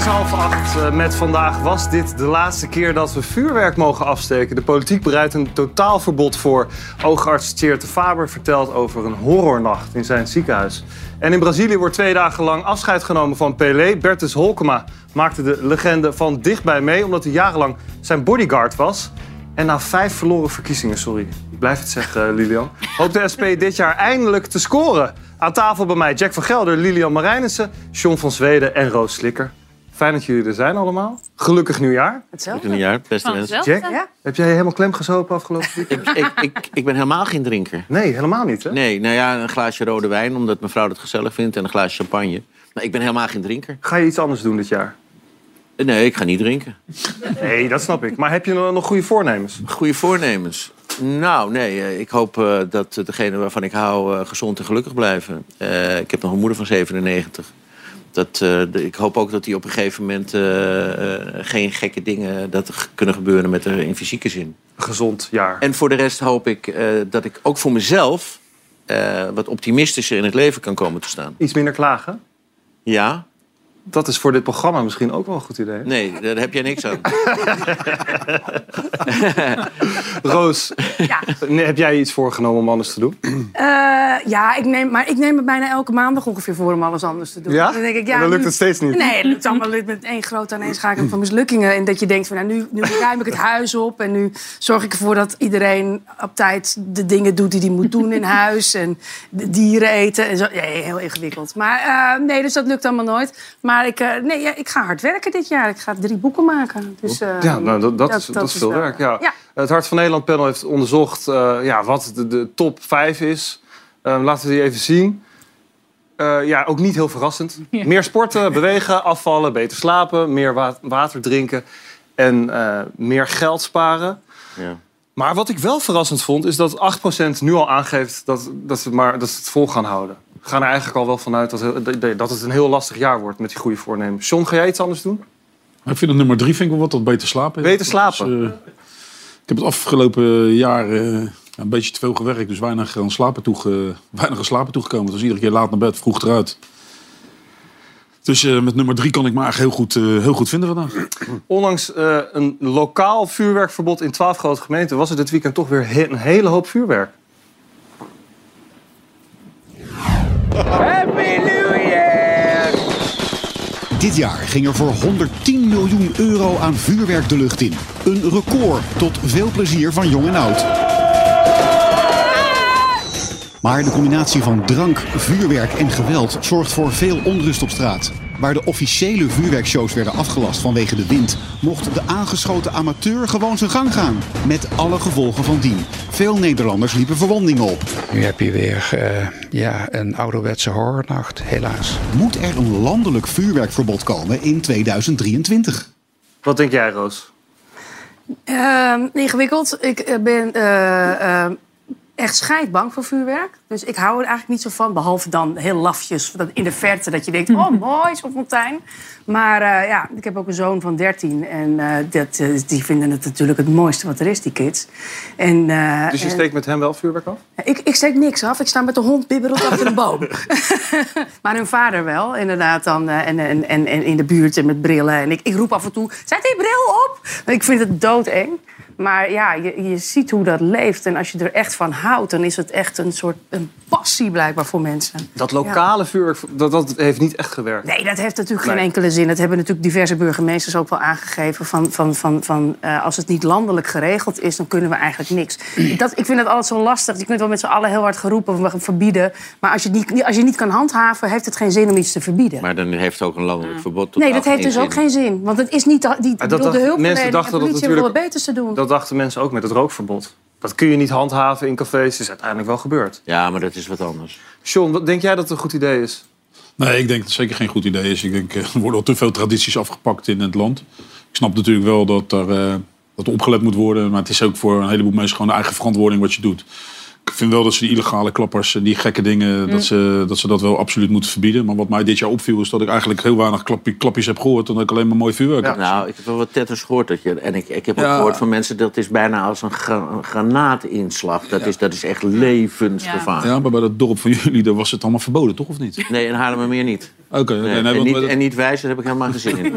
is 7:30 met vandaag. Was dit de laatste keer dat we vuurwerk mogen afsteken? De politiek bereidt een totaalverbod voor. Oogarts Tjeerd de Faber vertelt over een horrornacht in zijn ziekenhuis. En in Brazilië wordt 2 dagen lang afscheid genomen van Pelé. Bertus Holkema maakte de legende van dichtbij mee, omdat hij jarenlang zijn bodyguard was. En na 5 verloren verkiezingen, ik blijf het zeggen, Lilian, hoopt de SP dit jaar eindelijk te scoren. Aan tafel bij mij Jack van Gelder, Lilian Marijnissen, John van Zweden en Roos Slikker. Fijn dat jullie er zijn allemaal. Gelukkig nieuwjaar. Gelukkig nieuwjaar, beste mensen. Jack, heb jij helemaal klem gezopen afgelopen weekend? Ik ben helemaal geen drinker. Nee, helemaal niet, hè? Nee, nou ja, een glaasje rode wijn, omdat mevrouw dat gezellig vindt, en een glaasje champagne. Maar ik ben helemaal geen drinker. Ga je iets anders doen dit jaar? Nee, ik ga niet drinken. Nee, dat snap ik. Maar heb je nog goede voornemens? Goede voornemens? Nou, nee. Ik hoop dat degene waarvan ik hou gezond en gelukkig blijven. Ik heb nog een moeder van 97. Ik hoop ook dat die op een gegeven moment geen gekke dingen dat kunnen gebeuren met haar in fysieke zin. Gezond jaar. En voor de rest hoop ik dat ik ook voor mezelf wat optimistischer in het leven kan komen te staan. Iets minder klagen? Ja. Dat is voor dit programma misschien ook wel een goed idee. Nee, daar heb jij niks aan. Roos, ja. Heb jij iets voorgenomen om anders te doen? Ik neem het bijna elke maandag ongeveer voor om alles anders te doen. Ja? Dan denk ik, en dan lukt het steeds niet? Nee, het lukt allemaal met één grote aaneenschakeling van mislukkingen. En dat je denkt, van, nu ruim ik het huis op. En nu zorg ik ervoor dat iedereen op tijd de dingen doet die hij moet doen in huis. En de dieren eten. En zo. Ja, heel ingewikkeld. Maar nee, dus dat lukt allemaal nooit. Maar ik ga hard werken dit jaar. Ik ga 3 boeken maken. Dus, dat is veel werk. Ja. Ja. Het Hart van Nederland panel heeft onderzocht wat de top 5 is. Laten we die even zien. Ook niet heel verrassend. Ja. Meer sporten, bewegen, afvallen, beter slapen, meer water drinken en meer geld sparen. Ja. Maar wat ik wel verrassend vond, is dat 8% nu al aangeeft dat ze het vol gaan houden. We gaan er eigenlijk al wel vanuit dat het een heel lastig jaar wordt met die goede voornemens. John, ga jij iets anders doen? Ik vind dat nummer 3 vind ik wel wat beter slapen. Beter slapen? Dus, ik heb het afgelopen jaar een beetje te veel gewerkt, dus weinig aan slapen toegekomen. Het was iedere keer laat naar bed, vroeg eruit. Dus met nummer 3 kan ik me eigenlijk heel goed vinden vandaag. Ondanks een lokaal vuurwerkverbod in 12 grote gemeenten was er dit weekend toch weer een hele hoop vuurwerk. Happy New Year! Dit jaar ging er voor 110 miljoen euro aan vuurwerk de lucht in. Een record tot veel plezier van jong en oud. Maar de combinatie van drank, vuurwerk en geweld zorgt voor veel onrust op straat. Waar de officiële vuurwerkshows werden afgelast vanwege de wind, mocht de aangeschoten amateur gewoon zijn gang gaan. Met alle gevolgen van dien. Veel Nederlanders liepen verwondingen op. Nu heb je weer een ouderwetse horrornacht, helaas. Moet er een landelijk vuurwerkverbod komen in 2023? Wat denk jij, Roos? Ingewikkeld. Ik ben echt scheidbang voor vuurwerk. Dus ik hou er eigenlijk niet zo van. Behalve dan heel lafjes in de verte. Dat je denkt, oh mooi, zo'n fontein. Maar ik heb ook een zoon van 13. En die vinden het natuurlijk het mooiste wat er is, die kids. Dus je steekt met hem wel vuurwerk af? Ik steek niks af. Ik sta met de hond bibberend achter een boom. Maar hun vader wel, inderdaad. Dan, en in de buurt en met brillen. En ik roep af en toe, zet die bril op! Ik vind het doodeng. Maar ja, je ziet hoe dat leeft. En als je er echt van houdt, dan is het echt een passie blijkbaar voor mensen. Dat lokale vuurwerk, dat heeft niet echt gewerkt. Nee, dat heeft natuurlijk geen enkele zin. Dat hebben natuurlijk diverse burgemeesters ook wel aangegeven. Van als het niet landelijk geregeld is, dan kunnen we eigenlijk niks. Ik vind dat altijd zo lastig. Je kunt wel met z'n allen heel hard geroepen, we gaan verbieden. Maar als je niet kan handhaven, heeft het geen zin om iets te verbieden. Maar dan heeft het ook een landelijk verbod. Nee, dat heeft dus ook geen zin. Want het is niet de hulpverlening en politie hebben wel wat beters te doen. Dat dachten mensen ook met het rookverbod. Dat kun je niet handhaven in cafés. Dat is uiteindelijk wel gebeurd. Ja, maar dat is wat anders. John, wat denk jij dat het een goed idee is? Nee, ik denk dat het zeker geen goed idee is. Ik denk, er worden al te veel tradities afgepakt in het land. Ik snap natuurlijk wel dat er opgelet moet worden. Maar het is ook voor een heleboel mensen gewoon de eigen verantwoording wat je doet. Ik vind wel dat ze die illegale klappers, die gekke dingen, dat ze dat wel absoluut moeten verbieden. Maar wat mij dit jaar opviel is dat ik eigenlijk heel weinig klapjes heb gehoord. En dat ik alleen maar mooi vuurwerk heb. Nou, ik heb wel wat tetters gehoord. En ik heb ook gehoord van mensen dat is bijna als een granaatinslag. Dat is echt levensgevaarlijk. Ja, maar bij dat dorp van jullie daar was het allemaal verboden, toch of niet? Nee, in Haarlemmermeer niet. Oké, en niet wijs, daar heb ik helemaal geen zin in.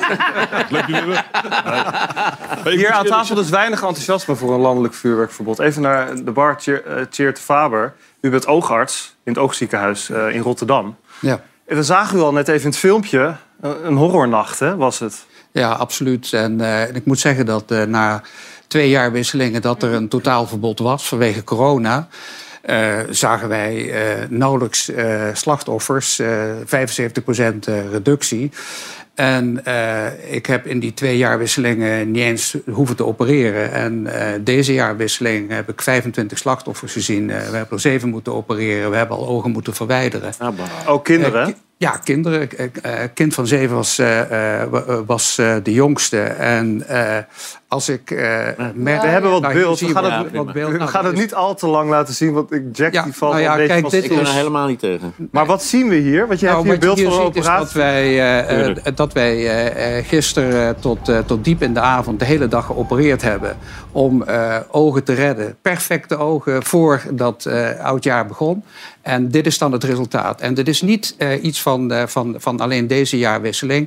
Hier aan tafel dus weinig enthousiasme voor een landelijk vuurwerkverbod. Even naar de bar Tjeerd Faber. U bent oogarts in het Oogziekenhuis in Rotterdam. Ja. We zagen u al net even in het filmpje. Een horrornacht, hè, was het? Ja, absoluut. En ik moet zeggen dat na 2 jaar wisselingen dat er een totaalverbod was vanwege corona, zagen wij nauwelijks slachtoffers, 75% reductie. En ik heb in die 2 jaarwisselingen niet eens hoeven te opereren. En deze jaarwisseling heb ik 25 slachtoffers gezien. We hebben er 7 moeten opereren. We hebben al ogen moeten verwijderen. Ook kinderen? Ja, kinderen. Kind van 7 was de jongste. En als ik merk... We hebben wat nou, beeld. zie We gaan het niet al te lang laten zien, want Jack die valt nou ja, een beetje kijk, van dit Ik ben er helemaal niet tegen. Maar wat zien we hier? Want je hebt hier beeld van een operatie. Dat wij gisteren tot diep in de avond de hele dag geopereerd hebben om ogen te redden. Perfecte ogen voordat oudjaar begon. En dit is dan het resultaat. En dit is niet iets van alleen deze jaarwisseling.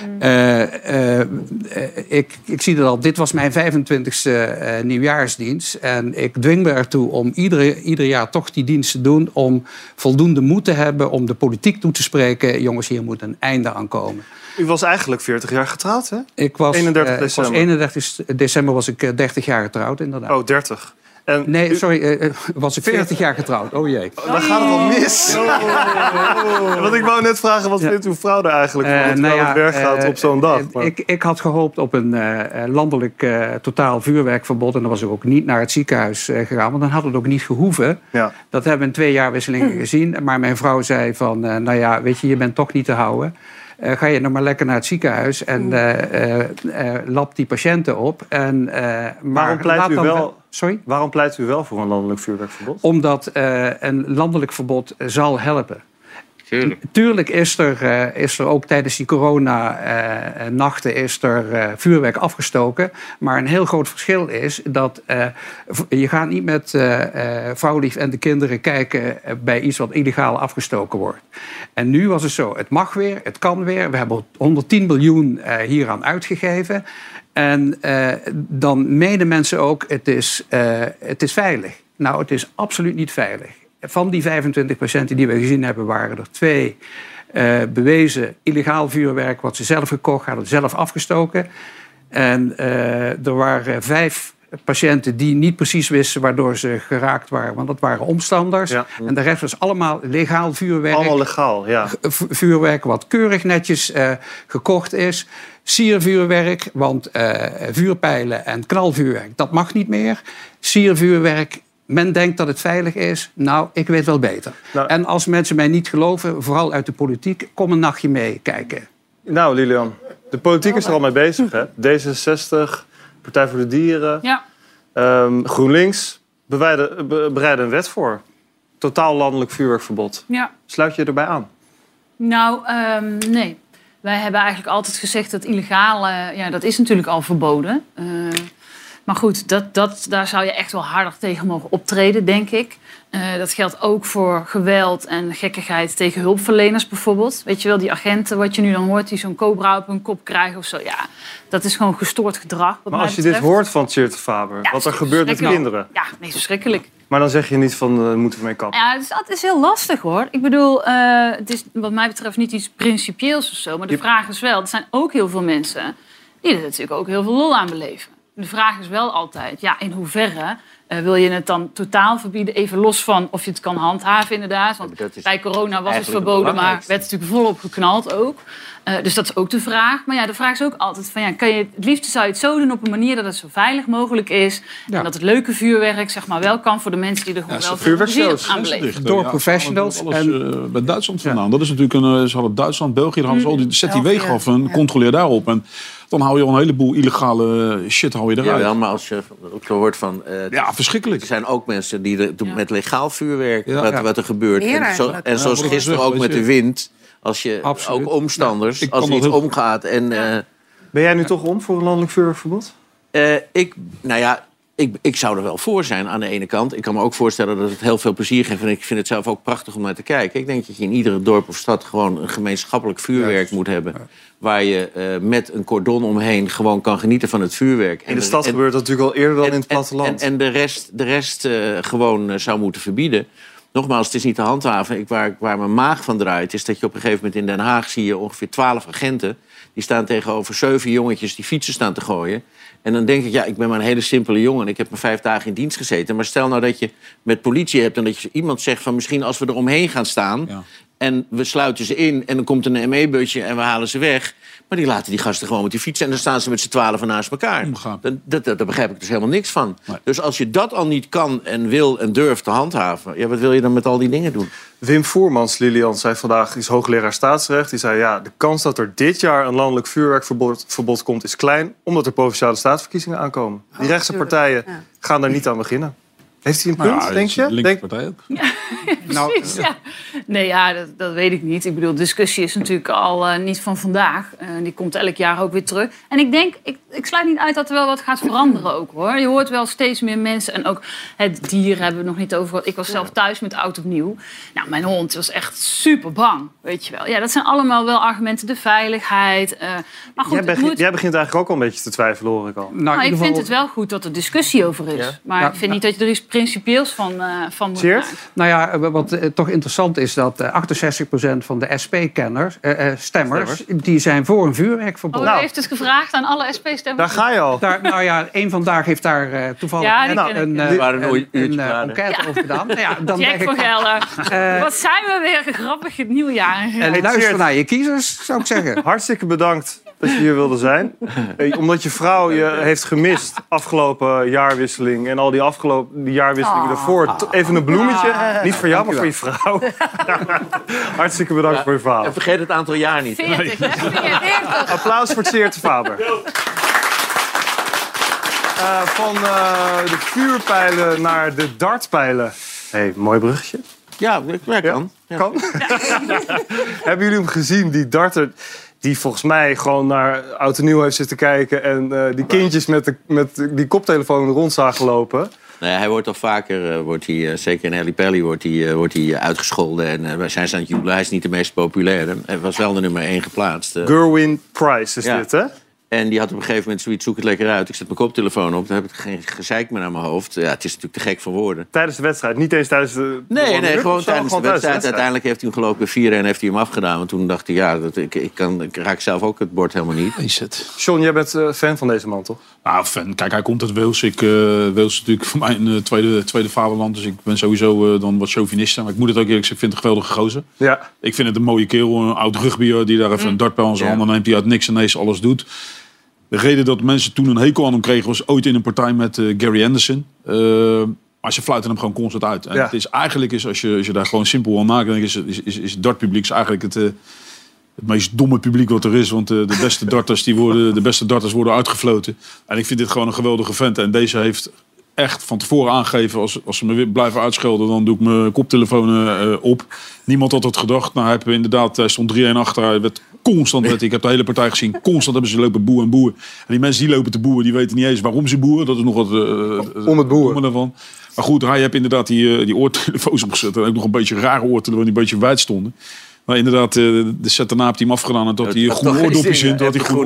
Ik zie het al. Dit was mijn 25e nieuwjaarsdienst. En ik dwing me ertoe om ieder jaar toch die dienst te doen, om voldoende moed te hebben om de politiek toe te spreken. Jongens, hier moet een einde aan komen. U was eigenlijk 40 jaar getrouwd, hè? Ik was 31 december. 31 december was ik 30 jaar getrouwd, inderdaad. Oh, 30. En Nee, sorry, was ik 40 jaar getrouwd. Oh jee. dan gaat het al mis. Want ik wou net vragen, wat vindt uw vrouw er eigenlijk van? Dat u aan het werk gaat op zo'n dag. Maar... Ik had gehoopt op een landelijk totaal vuurwerkverbod. En dan was ik ook niet naar het ziekenhuis gegaan. Want dan had het ook niet gehoeven. Ja. Dat hebben we in 2 jaarwisselingen gezien. Maar mijn vrouw zei van, nou ja, weet je bent toch niet te houden. Ga je nou maar lekker naar het ziekenhuis en lap die patiënten op. Waarom pleit u wel... Sorry? Waarom pleit u wel voor een landelijk vuurwerkverbod? Omdat een landelijk verbod zal helpen. Tuurlijk is er ook tijdens die corona-nachten vuurwerk afgestoken. Maar een heel groot verschil is dat je gaat niet met vrouwlief en de kinderen kijken bij iets wat illegaal afgestoken wordt. En nu was het zo, het mag weer, het kan weer. We hebben 110 miljoen hieraan uitgegeven. En dan menen mensen ook, het is veilig. Nou, het is absoluut niet veilig. Van die 25 patiënten die we gezien hebben, waren er 2 bewezen illegaal vuurwerk, wat ze zelf gekocht hadden, zelf afgestoken. En er waren 5 patiënten die niet precies wisten waardoor ze geraakt waren, want dat waren omstanders. Ja. En de rest was allemaal legaal vuurwerk. Allemaal legaal, ja. Vuurwerk wat keurig netjes gekocht is. Siervuurwerk, want vuurpijlen en knalvuurwerk, dat mag niet meer. Siervuurwerk, men denkt dat het veilig is. Nou, ik weet wel beter. Nou, en als mensen mij niet geloven, vooral uit de politiek, kom een nachtje mee kijken. Nou, Lilian, de politiek is er al mee bezig, hè? D66, Partij voor de Dieren, ja. GroenLinks bereiden een wet voor. Totaal landelijk vuurwerkverbod. Ja. Sluit je erbij aan? Nou, nee. Wij hebben eigenlijk altijd gezegd dat illegale, dat is natuurlijk al verboden. Maar goed, daar zou je echt wel harder tegen mogen optreden, denk ik. Dat geldt ook voor geweld en gekkigheid tegen hulpverleners bijvoorbeeld. Weet je wel, die agenten, wat je nu dan hoort, die zo'n cobra op hun kop krijgen of zo. Ja, dat is gewoon gestoord gedrag. Maar als je dit hoort van Tjeerd Faber, wat er gebeurt met kinderen. Ja, nee, verschrikkelijk. Maar dan zeg je niet van, moeten we mee kappen. Ja, het is heel lastig hoor. Ik bedoel, het is wat mij betreft niet iets principieels of zo. Maar de vraag is wel, er zijn ook heel veel mensen die er natuurlijk ook heel veel lol aan beleven. De vraag is wel altijd, in hoeverre wil je het dan totaal verbieden? Even los van of je het kan handhaven inderdaad. Want bij corona was het verboden, maar werd natuurlijk volop geknald ook. Dus dat is ook de vraag. Maar de vraag is ook altijd van, kan je, het liefst zou je het zo doen op een manier dat het zo veilig mogelijk is. Ja. En dat het leuke vuurwerk wel kan voor de mensen die er gewoon wel veel plezier aan beleven. Door professionals. Bij Duitsland vandaan. Dat is natuurlijk ze hadden Duitsland, België, dan hadden ze zet die wegen af en controleer daarop. En dan hou je al een heleboel illegale shit eruit. Ja, maar als je ook hoort van... verschrikkelijk. Er zijn ook mensen die met legaal vuurwerk wat er gebeurt. En zoals gisteren ook met de wind. Als je ook omstanders, als er iets omgaat. En, ben jij nu toch om voor een landelijk vuurwerkverbod? Ik zou er wel voor zijn aan de ene kant. Ik kan me ook voorstellen dat het heel veel plezier geeft. En ik vind het zelf ook prachtig om naar te kijken. Ik denk dat je in iedere dorp of stad gewoon een gemeenschappelijk vuurwerk moet hebben. Ja. Waar je met een cordon omheen gewoon kan genieten van het vuurwerk. In de stad gebeurt dat natuurlijk al eerder dan in het platteland. En de rest gewoon zou moeten verbieden. Nogmaals, het is niet te handhaven. Waar mijn maag van draait, is dat je op een gegeven moment in Den Haag zie je ongeveer 12 agenten. Die staan tegenover 7 jongetjes die fietsen staan te gooien. En dan denk ik, ik ben maar een hele simpele jongen. Ik heb maar 5 dagen in dienst gezeten. Maar stel nou dat je met politie hebt en dat je iemand zegt van misschien als we er omheen gaan staan. Ja. En we sluiten ze in en dan komt een ME-busje en we halen ze weg. Maar die laten die gasten gewoon met die fietsen en dan staan ze met z'n 12 naast elkaar. Daar begrijp ik dus helemaal niks van. Nee. Dus als je dat al niet kan en wil en durft te handhaven, wat wil je dan met al die dingen doen? Wim Voermans, Lilian, zei vandaag, is hoogleraar staatsrecht. Die zei, de kans dat er dit jaar een landelijk vuurwerkverbod komt is klein, omdat er provinciale staatsverkiezingen aankomen. Die rechtse partijen gaan daar niet aan beginnen. Heeft hij een punt, denk je? Linkse partij ook. Ja, precies, ja. Nee, dat weet ik niet. Ik bedoel, discussie is natuurlijk al niet van vandaag. Die komt elk jaar ook weer terug. En ik denk, ik sluit niet uit dat er wel wat gaat veranderen ook, hoor. Je hoort wel steeds meer mensen. En ook het dier hebben we nog niet over gehad. Ik was zelf thuis met oud opnieuw. Nou, mijn hond was echt super bang, weet je wel. Ja, dat zijn allemaal wel argumenten. De veiligheid. Maar goed, jij begint eigenlijk ook al een beetje te twijfelen, hoor ik al. Nou, ik vind het wel goed dat er discussie over is. Ja. Maar ik vind niet dat je er iets principieels van moet maken. Nou ja, wat toch interessant is dat 68% van de SP-stemmers... die zijn voor een vuurwerkverbod. U heeft het gevraagd aan alle SP-stemmers? Daar ga je al. Één vandaag heeft daar toevallig een enquête over gedaan. Dan Jack van Gelder. Wat zijn we weer grappig het nieuwjaar. En luister naar je kiezers, zou ik zeggen. Hartstikke bedankt dat je hier wilde zijn. Omdat je vrouw je heeft gemist afgelopen jaarwisseling... en al die jaarwisselingen daarvoor. Even een bloemetje. Niet voor jou, maar voor je vrouw. Hartstikke bedankt voor je verhaal. En vergeet het aantal jaar niet. 40, hè? 40. Applaus voor Tjeerd de Faber. Van de vuurpijlen naar de dartpijlen. Mooi bruggetje. Ja, kan. Ja. Kan? Hebben jullie hem gezien, die darter... die volgens mij gewoon naar Oud en Nieuw heeft zitten kijken... en die kindjes met die koptelefoon rond zagen lopen? Nee, hij wordt al vaker, zeker in Ellie Pelly, wordt hij uitgescholden. En wij zijn aan het jubelen. Hij is niet de meest populaire. Hij was wel de nummer 1 geplaatst. Gerwin Price is dit, hè? En die had op een gegeven moment zoiets, zoek het lekker uit. Ik zet mijn koptelefoon op, dan heb ik geen gezeik meer aan mijn hoofd. Ja, het is natuurlijk te gek voor woorden. Tijdens de wedstrijd, niet eens tijdens de... Nee, gewoon tijdens de wedstrijd. Uiteindelijk heeft hij hem gelopen 4 en heeft hij hem afgedaan. Want toen dacht ik, ik raak zelf ook het bord helemaal niet. John, jij bent fan van deze man, toch? Nou, fan. Kijk, hij komt uit Wales. Wales is natuurlijk voor mij een tweede vaderland. Dus ik ben sowieso dan wat chauvinist. Maar ik moet het ook eerlijk zeggen, ik vind het een geweldige gozer. Ja. Ik vind het een mooie kerel, een oud rugbyer die daar even een dartpijl aan zijn handen neemt. Die uit niks ineens alles doet. De reden dat mensen toen een hekel aan hem kregen was ooit in een partij met Gary Anderson. Maar ze fluiten hem gewoon constant uit. En het is eigenlijk, als je daar gewoon simpel aan nadenkt, is het dartpubliek eigenlijk het meest domme publiek wat er is. Want de beste darters worden uitgefloten. En ik vind dit gewoon een geweldige vent. En deze heeft echt van tevoren aangegeven, als ze me weer blijven uitschelden, dan doe ik mijn koptelefoon op. Niemand had het gedacht. Nou, hij stond 3-1 achter. Hij werd constant, ik heb de hele partij gezien, constant hebben ze lopen boeren en boeren. En die mensen die lopen te boeren, die weten niet eens waarom ze boeren. Dat is nog wat om het boeren ervan. Maar goed, hij heeft inderdaad die oortelefoons opgezet. En ook nog een beetje rare oortelefoons die een beetje wijd stonden. Maar inderdaad, de set daarna heeft hij hem afgedaan en dat hij groene oordopjes in.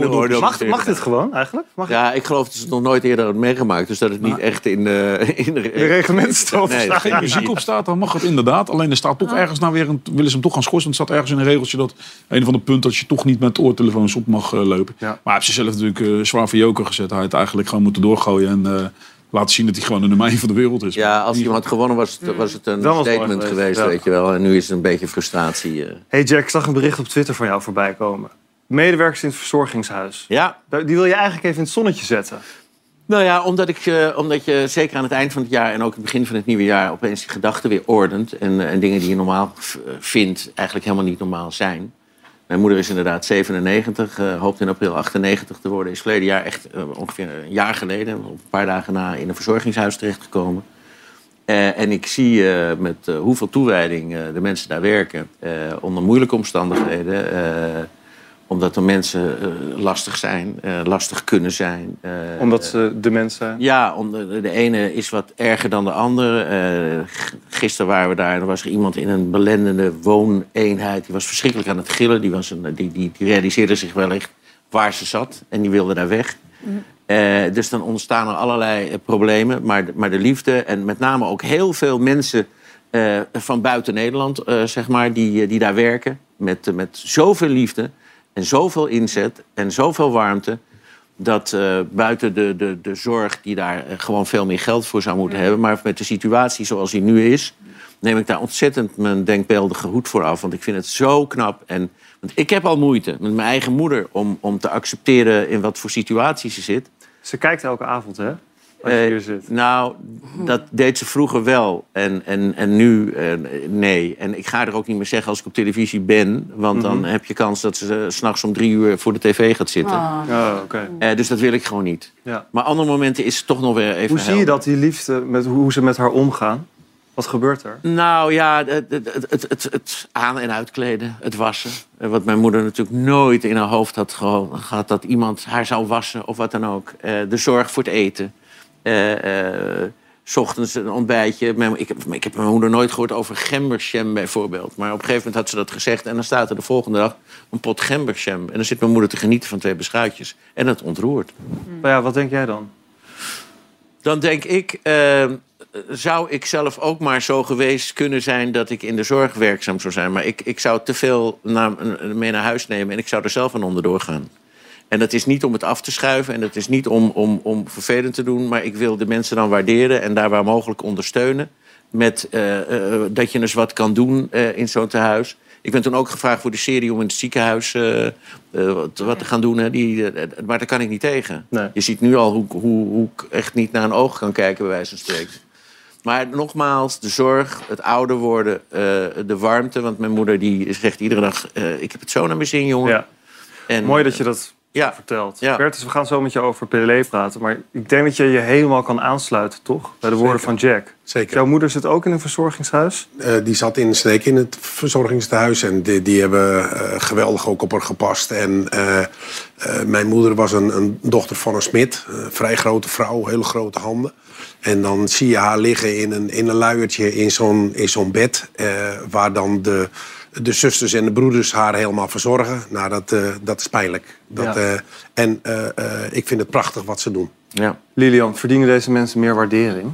Mag dit gewoon eigenlijk? Ik geloof dat ze het nog nooit eerder had meegemaakt. Dus dat het niet echt in de reglementen staat. Als er geen muziek op staat, dan mag het inderdaad. Alleen er staat toch ergens willen ze hem toch gaan schorsen. Want er staat ergens in een regeltje dat een van de punten dat je toch niet met oortelefoons op mag lopen. Ja. Maar hij heeft zichzelf natuurlijk zwaar voor joker gezet. Hij had eigenlijk gewoon moeten doorgooien en laten zien dat hij gewoon de nummer 1 van de wereld is. Ja, als iemand gewonnen was het een statement geweest, weet je wel. En nu is het een beetje frustratie. Hey Jack, ik zag een bericht op Twitter van jou voorbij komen. Medewerkers in het verzorgingshuis. Ja. Die wil je eigenlijk even in het zonnetje zetten. Nou ja, omdat je zeker aan het eind van het jaar en ook het begin van het nieuwe jaar opeens die gedachten weer ordent. En dingen die je normaal vindt eigenlijk helemaal niet normaal zijn. Mijn moeder is inderdaad 97, hoopt in april 98 te worden. Is verleden jaar echt ongeveer een jaar geleden, een paar dagen na, in een verzorgingshuis terechtgekomen. En ik zie met hoeveel toewijding de mensen daar werken, onder moeilijke omstandigheden. Omdat de mensen lastig zijn, lastig kunnen zijn. Omdat ze dement zijn? Ja, de ene is wat erger dan de andere. Gisteren waren we daar en er was er iemand in een belendende wooneenheid. Die was verschrikkelijk aan het gillen. Die realiseerde zich wel echt waar ze zat en die wilde daar weg. Dus dan ontstaan er allerlei problemen. Maar de liefde en met name ook heel veel mensen van buiten Nederland, zeg maar, die daar werken. Met zoveel liefde en zoveel inzet en zoveel warmte. Dat buiten de zorg die daar gewoon veel meer geld voor zou moeten hebben. Maar met de situatie zoals die nu is, neem ik daar ontzettend mijn denkbeeldige hoed voor af. Want ik vind het zo knap. Want ik heb al moeite met mijn eigen moeder om te accepteren in wat voor situatie ze zit. Ze kijkt elke avond, hè? Als je hier zit. Nou, dat deed ze vroeger wel. En nu nee. En ik ga er ook niet meer zeggen als ik op televisie ben. Want dan heb je kans dat ze 's nachts om 3 uur voor de tv gaat zitten. Dus dat wil ik gewoon niet. Ja. Maar andere momenten is het toch nog weer even Hoe zie je dat, die liefde, met hoe ze met haar omgaan? Wat gebeurt er? Nou ja, het aan- en uitkleden, het wassen. Wat mijn moeder natuurlijk nooit in haar hoofd had gehad... dat iemand haar zou wassen of wat dan ook. De zorg voor het eten. 's Ochtends een ontbijtje. Ik heb mijn moeder nooit gehoord over gemberjam bijvoorbeeld. Maar op een gegeven moment had ze dat gezegd. En dan staat er de volgende dag een pot gemberjam. En dan zit mijn moeder te genieten van 2 beschuitjes. En het ontroert. Maar ja, wat denk jij dan? Dan denk ik, zou ik zelf ook maar zo geweest kunnen zijn... dat ik in de zorg werkzaam zou zijn. Maar ik zou te veel mee naar huis nemen... en ik zou er zelf aan onderdoor gaan. En dat is niet om het af te schuiven en dat is niet om vervelend te doen... maar ik wil de mensen dan waarderen en daar waar mogelijk ondersteunen... met dat je eens wat kan doen in zo'n tehuis. Ik ben toen ook gevraagd voor de serie om in het ziekenhuis wat te gaan doen. Hè. Maar daar kan ik niet tegen. Nee. Je ziet nu al hoe ik echt niet naar een oog kan kijken, bij wijze van spreken. Maar nogmaals, de zorg, het ouder worden, de warmte. Want mijn moeder die zegt iedere dag, ik heb het zo naar mijn zin, jongen. Ja. En, mooi dat je dat vertelt. Ja. Bertus, we gaan zo met je over Pelé praten. Maar ik denk dat je je helemaal kan aansluiten, toch? Bij de woorden van Jack. Zeker. Jouw moeder zit ook in een verzorgingshuis? Die zat in Sneek in het verzorgingshuis. En die hebben geweldig ook op haar gepast. En mijn moeder was een dochter van een smid. Een vrij grote vrouw, hele grote handen. En dan zie je haar liggen in een luiertje in zo'n bed. Waar dan de zusters en de broeders haar helemaal verzorgen. Nou, dat is pijnlijk. Ik vind het prachtig wat ze doen. Ja. Lilian, verdienen deze mensen meer waardering?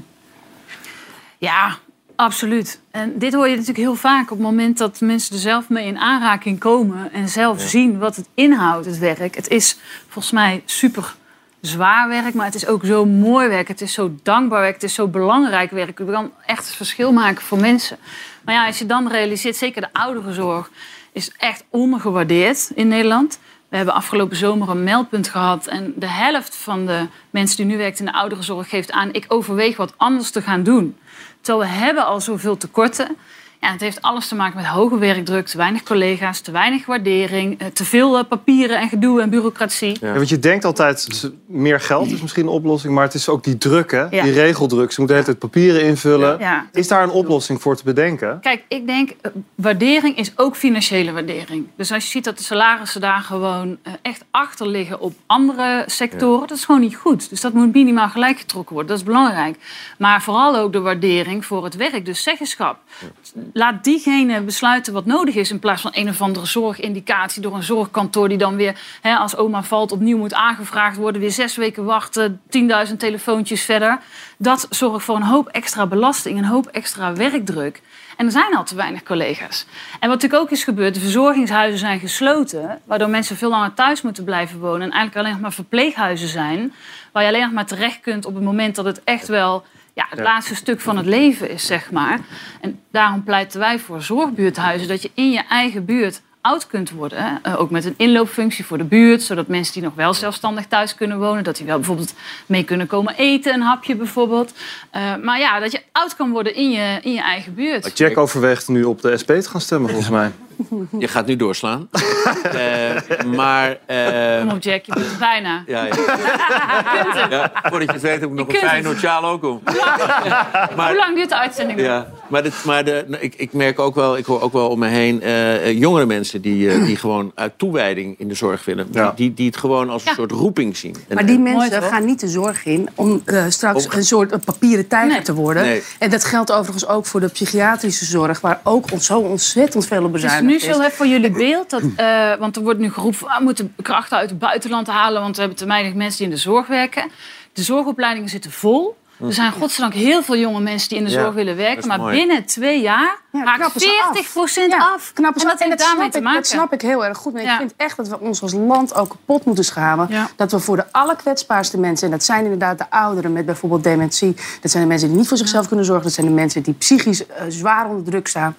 Ja, absoluut. En dit hoor je natuurlijk heel vaak op het moment dat mensen er zelf mee in aanraking komen... en zelf zien wat het inhoudt, het werk. Het is volgens mij super zwaar werk, maar het is ook zo mooi werk. Het is zo dankbaar werk, het is zo belangrijk werk. Je kan echt het verschil maken voor mensen. Maar ja, als je dan realiseert, zeker de ouderenzorg is echt ondergewaardeerd in Nederland. We hebben afgelopen zomer een meldpunt gehad en de helft van de mensen die nu werkt in de ouderenzorg geeft aan, ik overweeg wat anders te gaan doen. Terwijl we hebben al zoveel tekorten. Ja, het heeft alles te maken met hoge werkdruk, te weinig collega's, te weinig waardering, te veel papieren en gedoe en bureaucratie. Ja, want je denkt altijd, meer geld is misschien een oplossing, maar het is ook die druk, hè? Ja. Die regeldruk. Ze moeten de hele tijd papieren invullen. Ja. Is daar een oplossing voor te bedenken? Kijk, ik denk, waardering is ook financiële waardering. Dus als je ziet dat de salarissen daar gewoon echt achter liggen op andere sectoren, dat is gewoon niet goed. Dus dat moet minimaal gelijk getrokken worden, dat is belangrijk. Maar vooral ook de waardering voor het werk, dus zeggenschap. Laat diegene besluiten wat nodig is in plaats van een of andere zorgindicatie door een zorgkantoor die dan weer, als oma valt, opnieuw moet aangevraagd worden, weer 6 weken wachten, 10.000 telefoontjes verder. Dat zorgt voor een hoop extra belasting, een hoop extra werkdruk. En er zijn al te weinig collega's. En wat natuurlijk ook is gebeurd, de verzorgingshuizen zijn gesloten, waardoor mensen veel langer thuis moeten blijven wonen en eigenlijk alleen nog maar verpleeghuizen zijn, waar je alleen nog maar terecht kunt op het moment dat het echt wel het laatste stuk van het leven is, zeg maar. En daarom pleiten wij voor zorgbuurthuizen, dat je in je eigen buurt oud kunt worden. Ook met een inloopfunctie voor de buurt, zodat mensen die nog wel zelfstandig thuis kunnen wonen, dat die wel bijvoorbeeld mee kunnen komen eten, een hapje bijvoorbeeld. Maar ja, dat je oud kan worden in je eigen buurt. Jack overweegt nu op de SP te gaan stemmen, volgens mij. Je gaat nu doorslaan. Maar... Kom op, Jack, je bent er bijna. Ja. Ja, voordat je het weet heb ik nog een Feyenoord-sjaal ook om. Hoe lang duurt de uitzending? Ja, ik merk ook wel, ik hoor ook wel om me heen jongere mensen die gewoon uit toewijding in de zorg willen. Ja. Die het gewoon als een soort roeping zien. Maar die mensen gaan niet de zorg in om straks een soort papieren tijger te worden. Nee. En dat geldt overigens ook voor de psychiatrische zorg, waar ook zo ontzettend veel op bezuinigd is. Dus nu zo even voor jullie beeld, want er wordt nu geroepen, we moeten krachten uit het buitenland halen, want we hebben te weinig mensen die in de zorg werken. De zorgopleidingen zitten vol. Er zijn godzijdank heel veel jonge mensen die in de zorg willen werken. Maar mooi. Binnen 2 jaar raakt 40% af. Knappen ze af. En dat snap ik heel erg goed. Maar ik vind echt dat we ons als land ook kapot moeten schamen. Ja. Dat we voor de allerkwetsbaarste mensen... en dat zijn inderdaad de ouderen met bijvoorbeeld dementie... dat zijn de mensen die niet voor zichzelf kunnen zorgen... dat zijn de mensen die psychisch zwaar onder druk staan.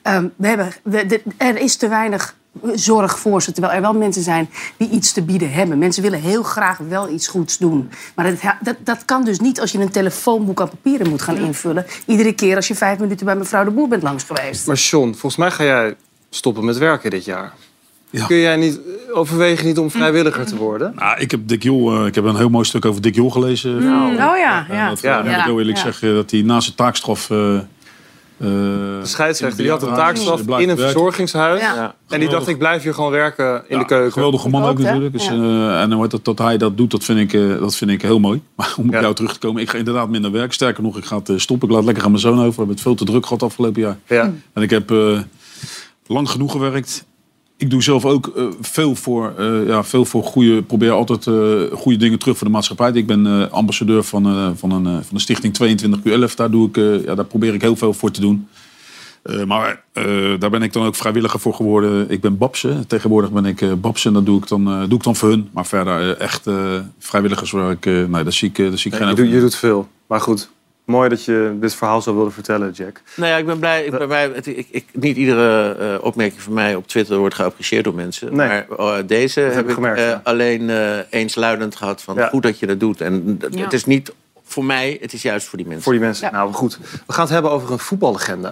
Er is te weinig... zorg voor ze, terwijl er wel mensen zijn die iets te bieden hebben. Mensen willen heel graag wel iets goeds doen. Maar dat kan dus niet als je een telefoonboek aan papieren moet gaan invullen. Iedere keer als je 5 minuten bij mevrouw de Boer bent langs geweest. Maar John, volgens mij ga jij stoppen met werken dit jaar. Ja. Kun jij overwegen niet om vrijwilliger te worden? Nou, ik heb een heel mooi stuk over Dick Jol gelezen. Ik wil eerlijk zeggen dat hij na zijn taakstraf... de scheidsrechter die had een taakstraf in een verzorgingshuis. Ja. En die dacht, ik blijf hier gewoon werken in de keuken. Geweldige man ook natuurlijk. Dus, en dat hij dat doet, dat vind ik heel mooi. Maar om op jou terug te komen, ik ga inderdaad minder werken. Sterker nog, ik ga het stoppen. Ik laat lekker aan mijn zoon over. We hebben het veel te druk gehad afgelopen jaar. Ja. En ik heb lang genoeg gewerkt. Ik doe zelf ook veel voor probeer altijd goede dingen terug voor de maatschappij. Ik ben ambassadeur van de stichting 22Q11. Daar probeer ik heel veel voor te doen. Maar daar ben ik dan ook vrijwilliger voor geworden. Ik ben babse. Tegenwoordig ben ik babse en dat doe ik dan voor hun. Maar verder echt vrijwilligerswerk, daar zie ik geen... Je doet veel, maar goed. Mooi dat je dit verhaal zo wilde vertellen, Jack. Nou ja, ik ben blij. Niet iedere opmerking van mij op Twitter wordt geapprecieerd door mensen. Nee. Maar deze heb ik gemerkt, alleen eensluidend gehad van goed dat je dat doet. En het is niet voor mij, het is juist voor die mensen. Voor die mensen, nou goed. We gaan het hebben over een voetballegende.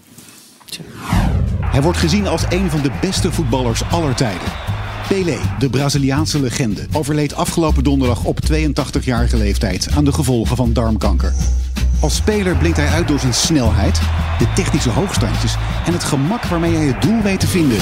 Hij wordt gezien als een van de beste voetballers aller tijden. Pelé, de Braziliaanse legende, overleed afgelopen donderdag op 82-jarige leeftijd aan de gevolgen van darmkanker. Als speler blinkt hij uit door zijn snelheid, de technische hoogstandjes en het gemak waarmee hij het doel weet te vinden.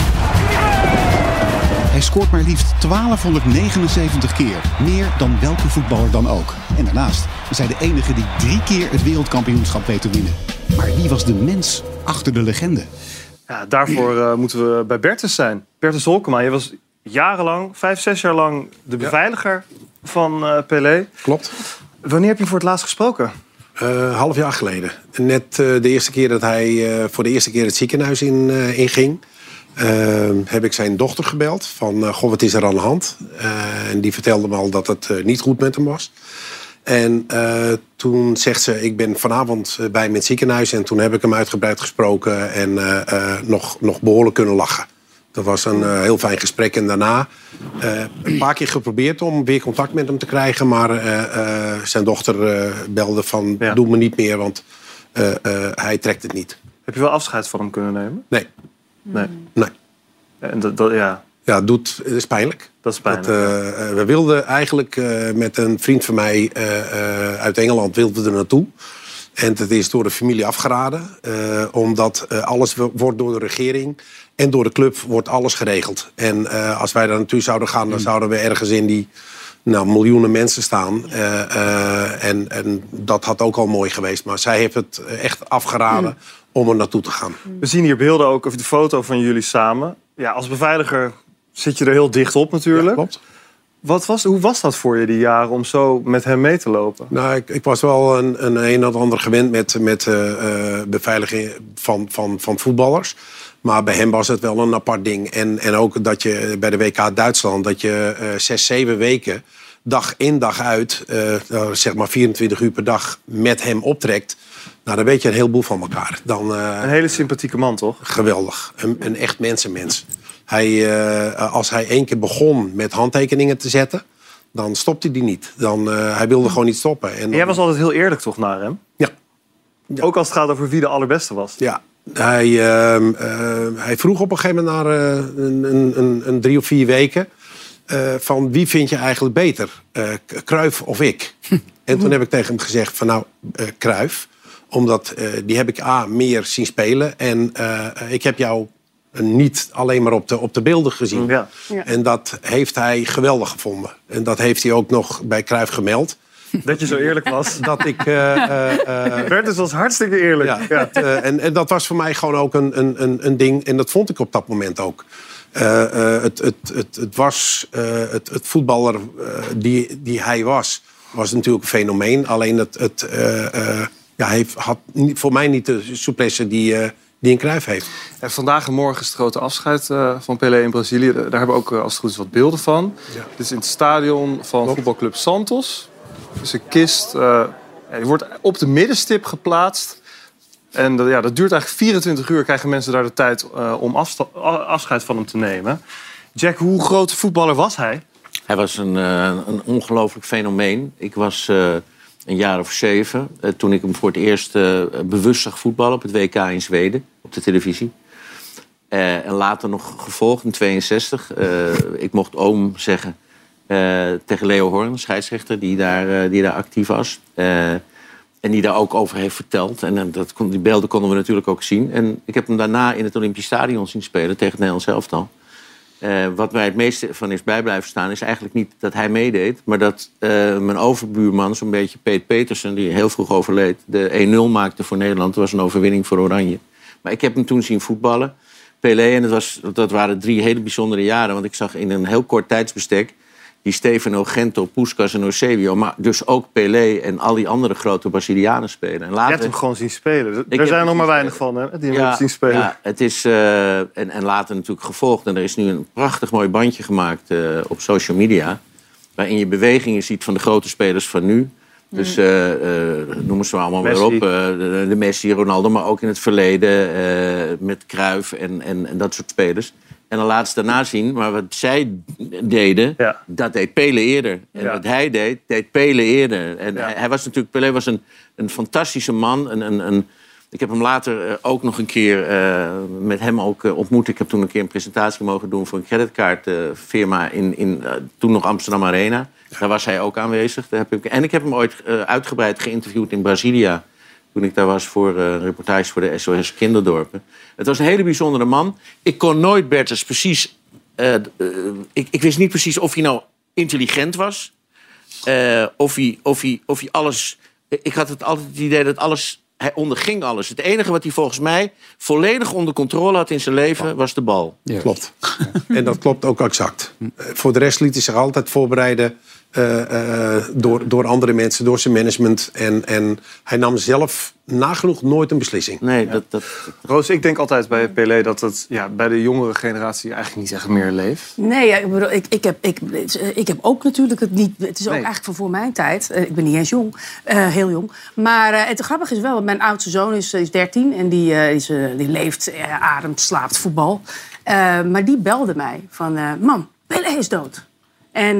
Hij scoort maar liefst 1279 keer, meer dan welke voetballer dan ook. En daarnaast is hij de enige die 3 keer het wereldkampioenschap weet te winnen. Maar wie was de mens achter de legende? Ja, daarvoor moeten we bij Bertus zijn. Bertus Holkema, je was jarenlang, 5-6 jaar lang de beveiliger van Pelé. Klopt. Wanneer heb je voor het laatst gesproken? Half jaar geleden. Net de eerste keer dat hij voor de eerste keer het ziekenhuis inging. Heb ik zijn dochter gebeld van, wat is er aan de hand? En die vertelde me al dat het niet goed met hem was. En toen zegt ze, ik ben vanavond bij hem in het ziekenhuis. En toen heb ik hem uitgebreid gesproken en nog behoorlijk kunnen lachen. Dat was een heel fijn gesprek. En daarna een paar keer geprobeerd om weer contact met hem te krijgen. Maar zijn dochter belde van, doe me niet meer, want hij trekt het niet. Heb je wel afscheid van hem kunnen nemen? Nee. En dat. Ja, dat is pijnlijk. Dat is pijnlijk. We wilden eigenlijk met een vriend van mij uit Engeland wilden er naartoe. En het is door de familie afgeraden. Omdat alles wordt door de regering en door de club wordt alles geregeld. En als wij daar naartoe zouden gaan, dan zouden we ergens in die miljoenen mensen staan. En dat had ook al mooi geweest. Maar zij heeft het echt afgeraden om er naartoe te gaan. We zien hier beelden ook, of de foto van jullie samen. Ja, als beveiliger zit je er heel dicht op natuurlijk. Ja, klopt. Hoe was dat voor je die jaren om zo met hem mee te lopen? Nou, ik was wel een of ander gewend met beveiliging van voetballers. Maar bij hem was het wel een apart ding. En ook dat je bij de WK Duitsland, dat je 6-7 weken, dag in dag uit, zeg maar 24 uur per dag met hem optrekt. Nou, dan weet je een heleboel van elkaar. Een hele sympathieke man, toch? Geweldig. Een echt mensenmens. Als hij 1 keer begon met handtekeningen te zetten, dan stopte hij die niet. Hij wilde gewoon niet stoppen. En jij was altijd heel eerlijk toch naar hem? Ja. Ook als het gaat over wie de allerbeste was? Ja. Hij vroeg op een gegeven moment na een 3 of 4 weken... van wie vind je eigenlijk beter? Cruijff of ik? En toen heb ik tegen hem gezegd van Cruijff. Omdat die heb ik meer zien spelen. En ik heb jou niet alleen maar op de beelden gezien. Ja. Ja. En dat heeft hij geweldig gevonden. En dat heeft hij ook nog bij Cruijff gemeld. Dat je zo eerlijk was. Dat ik... Bertus was hartstikke eerlijk. Ja, en dat was voor mij gewoon ook een ding. En dat vond ik op dat moment ook. Het voetballer die hij was natuurlijk een fenomeen. Alleen hij had voor mij niet de souplesse die een Cruijff heeft. En vandaag en morgen is het grote afscheid van Pelé in Brazilië. Daar hebben we ook, als het goed is, wat beelden van. Ja. Dit is in het stadion van voetbalclub Santos. Dus een kist die wordt op de middenstip geplaatst. En dat duurt eigenlijk 24 uur. Krijgen mensen daar de tijd om afscheid van hem te nemen. Jack, hoe groot voetballer was hij? Hij was een ongelooflijk fenomeen. Ik was een jaar of 7 toen ik hem voor het eerst bewust zag voetballen op het WK in Zweden op de televisie. En later nog gevolgd in 62. Ik mocht oom zeggen tegen Leo Horn, scheidsrechter, die daar actief was. En die daar ook over heeft verteld. En die beelden konden we natuurlijk ook zien. En ik heb hem daarna in het Olympisch Stadion zien spelen tegen het Nederlands elftal. Wat mij het meeste van is bij blijven staan... is eigenlijk niet dat hij meedeed... maar dat mijn overbuurman, zo'n beetje Peet Petersen... die heel vroeg overleed, de 1-0 maakte voor Nederland. Dat was een overwinning voor Oranje. Maar ik heb hem toen zien voetballen. Pelé, en dat waren 3 hele bijzondere jaren... want ik zag in een heel kort tijdsbestek... die Stefano, Gento, Puskas en Eusebio... maar dus ook Pelé en al die andere grote Brazilianen spelen. En later... Je hebt hem gewoon zien spelen. Er zijn er nog maar weinig van, hè? Die hem zien spelen. Ja, het is... En later natuurlijk gevolgd. En er is nu een prachtig mooi bandje gemaakt op social media... waarin je bewegingen ziet van de grote spelers van nu. Dus noemen ze allemaal weer op. De Messi, Ronaldo, maar ook in het verleden... met Cruijff en dat soort spelers... En dan laat ze daarna zien, maar wat zij deden, dat deed Pelé eerder. En wat hij deed Pelé eerder. En hij was natuurlijk, Pelé was een fantastische man. Ik heb hem later ook nog een keer met hem ook ontmoet. Ik heb toen een keer een presentatie mogen doen voor een creditcardfirma in toen nog Amsterdam Arena. Daar was hij ook aanwezig. En ik heb hem ooit uitgebreid geïnterviewd in Brasilia. Toen ik daar was voor een reportage voor de SOS Kinderdorpen. Het was een hele bijzondere man. Ik kon nooit Bertus precies... Ik wist niet precies of hij nou intelligent was. Of hij alles... Ik had altijd het idee dat alles... Hij onderging alles. Het enige wat hij volgens mij volledig onder controle had in zijn leven... was de bal. Ja. Klopt. En dat klopt ook exact. Voor de rest liet hij zich altijd voorbereiden... door andere mensen, door zijn management. En hij nam zelf nagenoeg nooit een beslissing. Nee, Roos, ik denk altijd bij Pelé dat het bij de jongere generatie eigenlijk niet echt meer leeft. Nee, ik bedoel, ik heb ook natuurlijk het niet... Het is ook eigenlijk van voor mijn tijd. Ik ben niet eens jong, heel jong. Maar het grappige is wel, want mijn oudste zoon is 13... en die leeft, ademt, slaapt voetbal. Maar die belde mij van... Mam, Pelé is dood. En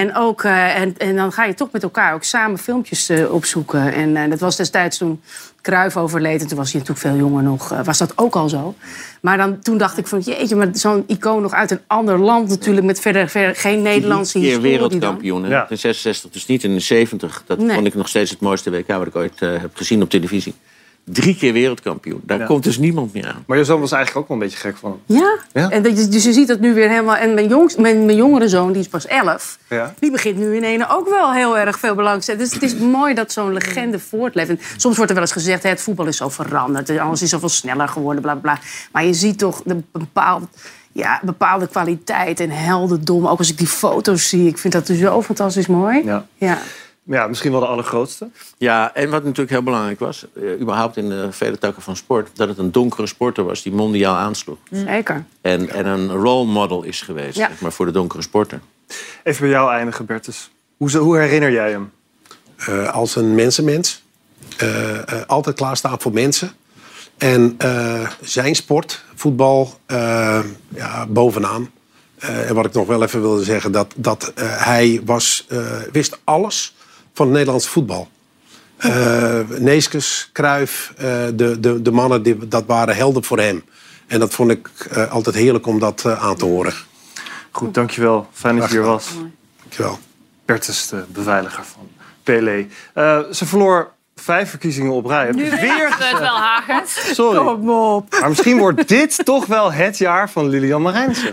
dan ga je toch met elkaar ook samen filmpjes opzoeken. En dat was destijds toen Cruijff overleed. En toen was hij natuurlijk veel jonger nog. Was dat ook al zo. Maar toen dacht ik van jeetje, maar zo'n icoon nog uit een ander land natuurlijk. Met verder geen Nederlandse historie. Wereldkampioen. In 66, dus niet in de 70. Dat vond ik nog steeds het mooiste WK wat ik ooit heb gezien op televisie. 3 keer wereldkampioen. Daar komt dus niemand meer aan. Maar je zoon was eigenlijk ook wel een beetje gek van hem. Ja? En dus je ziet dat nu weer helemaal... En mijn jongere zoon, die is pas 11... die begint nu in ene ook wel heel erg veel belang te stellen. Dus het is mooi dat zo'n legende voortleeft. En soms wordt er wel eens gezegd, het voetbal is zo veranderd. Alles is zoveel sneller geworden, bla bla. Maar je ziet toch de bepaalde kwaliteit en heldendom. Ook als ik die foto's zie. Ik vind dat zo fantastisch mooi. Ja, misschien wel de allergrootste. Ja, en wat natuurlijk heel belangrijk was... überhaupt in de vele takken van sport... dat het een donkere sporter was die mondiaal aansloeg. Zeker. En een role model is geweest, zeg maar, voor de donkere sporter. Even bij jou eindigen, Bertus. Hoe herinner jij hem? Als een mensenmens. Altijd klaarstaan voor mensen. En zijn sport, voetbal, bovenaan. En wat ik nog wel even wilde zeggen... dat hij wist alles... van het Nederlandse voetbal. Neeskens, Cruijff, de mannen, dat waren helden voor hem. En dat vond ik altijd heerlijk om dat aan te horen. Goed, dankjewel. Fijn dat je hier was. Dankjewel. Bertus, de beveiliger van Pelé. Ze verloor 5 verkiezingen op rij. Nu weer het wel, Hagens. Sorry. Kom op. Maar misschien wordt dit toch wel het jaar van Lilian Marijnissen.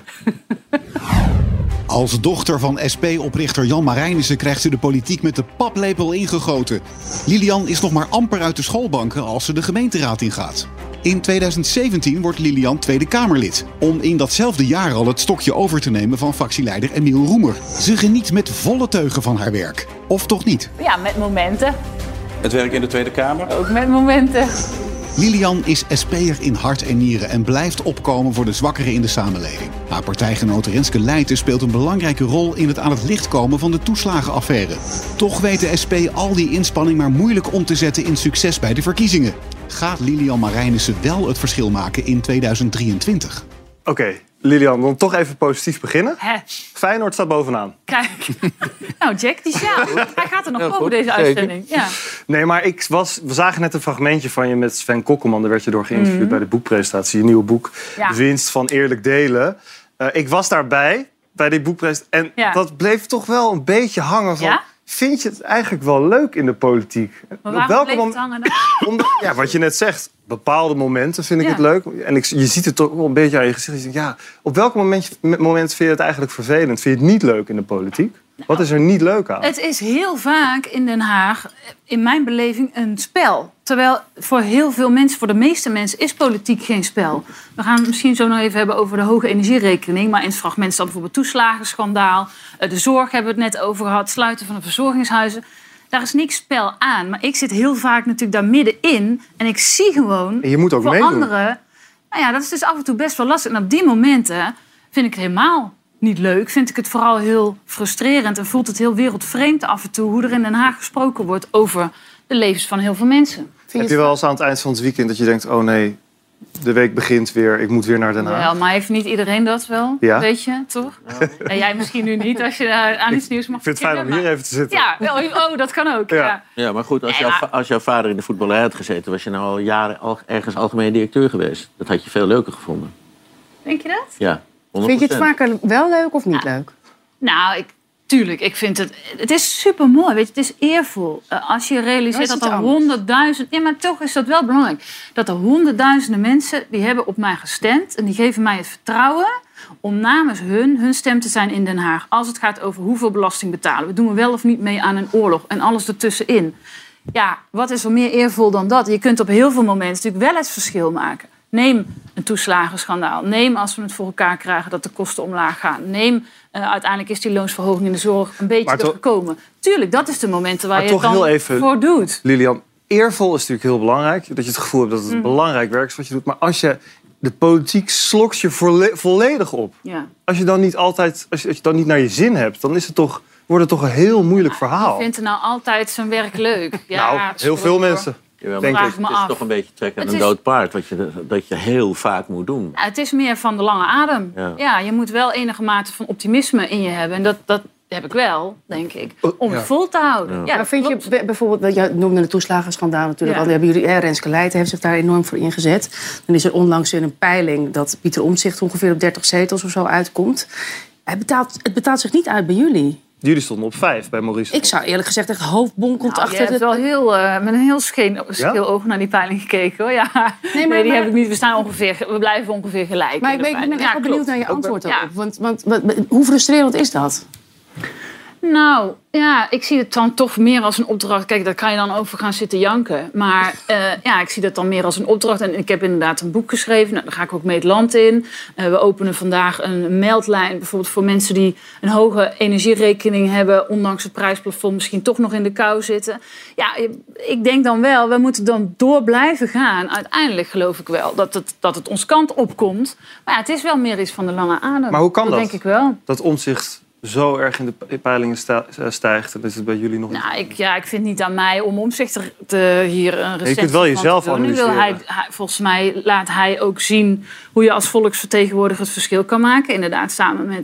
Als dochter van SP-oprichter Jan Marijnissen krijgt ze de politiek met de paplepel ingegoten. Lilian is nog maar amper uit de schoolbanken als ze de gemeenteraad ingaat. In 2017 wordt Lilian Tweede Kamerlid. Om in datzelfde jaar al het stokje over te nemen van fractieleider Emiel Roemer. Ze geniet met volle teugen van haar werk. Of toch niet? Ja, met momenten. Het werk in de Tweede Kamer? Ook met momenten. Lilian is SP'er in hart en nieren en blijft opkomen voor de zwakkeren in de samenleving. Haar partijgenoot Renske Leijten speelt een belangrijke rol in het aan het licht komen van de toeslagenaffaire. Toch weet de SP al die inspanning maar moeilijk om te zetten in succes bij de verkiezingen. Gaat Lilian Marijnissen wel het verschil maken in 2023? Oké, Lilian, dan toch even positief beginnen. Hè? Feyenoord staat bovenaan. Kijk. Nou, Jack, die sjaal. Hij gaat er nog over deze uitzending. Ja. Nee, maar we zagen net een fragmentje van je met Sven Kokkelman. Daar werd je door geïnterviewd bij de boekpresentatie. Je nieuwe boek, Ja. De winst van eerlijk delen. Ik was daarbij, bij die boekpresentatie. En dat bleef toch wel een beetje hangen van... Ja? Vind je het eigenlijk wel leuk in de politiek? Maar waarom bleef het hangen dan? Ja, wat je net zegt. Bepaalde momenten vind ik het leuk. En je ziet het toch wel een beetje aan je gezicht. Je denkt, ja, op welk moment vind je het eigenlijk vervelend? Vind je het niet leuk in de politiek? Wat is er niet leuk aan? Het is heel vaak in Den Haag, in mijn beleving, een spel. Terwijl voor heel veel mensen, voor de meeste mensen, is politiek geen spel. We gaan het misschien zo nog even hebben over de hoge energierekening. Maar in het fragment staat bijvoorbeeld toeslagenschandaal. De zorg hebben we het net over gehad. Sluiten van de verzorgingshuizen. Daar is niks spel aan. Maar ik zit heel vaak natuurlijk daar middenin. En ik zie gewoon en je moet ook voor meedoen. anderen... Nou ja, dat is dus af en toe best wel lastig. En op die momenten vind ik het helemaal niet leuk. Vind ik het vooral heel frustrerend. En voelt het heel wereldvreemd af en toe... hoe er in Den Haag gesproken wordt over de levens van heel veel mensen. Heb je wel eens aan het eind van het weekend dat je denkt... oh nee, de week begint weer, ik moet weer naar Den Haag? Wel, maar heeft niet iedereen dat wel? Ja. Weet je, toch? Ja. En jij misschien nu niet, als je aan iets nieuws mag Ik vind het fijn om hier even te zitten. Ja, oh, dat kan ook. Ja. Ja, maar goed, als jouw vader in de voetballerij had gezeten... was je nou al jaren ergens algemeen directeur geweest. Dat had je veel leuker gevonden. Denk je dat? Ja, 100%. Vind je het vaker wel leuk of niet leuk? Nou, tuurlijk, ik vind het is supermooi, weet je, het is eervol. Als je realiseert dat er 100.000... Ja, maar toch is dat wel belangrijk. Dat er 100.000 mensen, die hebben op mij gestemd... en die geven mij het vertrouwen om namens hun stem te zijn in Den Haag. Als het gaat over hoeveel belasting betalen. We doen wel of niet mee aan een oorlog en alles ertussenin. Ja, wat is er meer eervol dan dat? Je kunt op heel veel momenten natuurlijk wel het verschil maken. Neem een toeslagenschandaal. Neem als we het voor elkaar krijgen dat de kosten omlaag gaan. Neem, uiteindelijk is die loonsverhoging in de zorg een beetje er gekomen. Tuurlijk, dat is de momenten waar je het dan voor doet. Lilian, eervol is natuurlijk heel belangrijk. Dat je het gevoel hebt dat het een belangrijk werk is wat je doet. Maar als je de politiek slokt je volledig op. Ja. Als je dan niet naar je zin hebt, dan is het toch... wordt het toch een heel moeilijk verhaal. Wie vindt er nou altijd zijn werk leuk? Ja, nou, heel veel mensen. Jawel, denk maar ik. het is toch een beetje trekken aan een dood paard. Dat je heel vaak moet doen. Ja, het is meer van de lange adem. Ja, je moet wel enige mate van optimisme in je hebben. En dat heb ik wel, denk ik. Om het vol te houden. Ja, maar vind je bijvoorbeeld, je noemde het toeslagenschandaal natuurlijk al. Hebben jullie, Renske Leijten heeft zich daar enorm voor ingezet. Dan is er onlangs in een peiling dat Pieter Omtzigt ongeveer op 30 zetels of zo uitkomt. Het betaalt zich niet uit bij jullie. Jullie stonden op 5 bij Maurice. Ik zou eerlijk gezegd echt hoofdbonkend achter het. Je hebt wel met een heel scheel oog naar die peiling gekeken, hoor. Ja. Nee, die heb ik niet. We blijven ongeveer gelijk. Maar ik ben echt wel benieuwd naar je antwoord daarop. Want hoe frustrerend is dat? Nou, ja, ik zie het dan toch meer als een opdracht. Kijk, daar kan je dan over gaan zitten janken. Maar ik zie dat dan meer als een opdracht. En ik heb inderdaad een boek geschreven. Nou, daar ga ik ook mee het land in. We openen vandaag een meldlijn. Bijvoorbeeld voor mensen die een hoge energierekening hebben. Ondanks het prijsplafond misschien toch nog in de kou zitten. Ja, ik denk dan wel, we moeten dan door blijven gaan. Uiteindelijk geloof ik wel dat het ons kant opkomt. Maar ja, het is wel meer iets van de lange adem. Maar hoe kan dat? Denk ik wel. Dat Omtzigt zo erg in de peilingen stijgt, en is het bij jullie nog niet? Nou, ik vind het niet aan mij om Omtzigt hier een recensie. Je kunt wel jezelf analyseren. Volgens mij laat hij ook zien hoe je als volksvertegenwoordiger het verschil kan maken. Inderdaad, samen met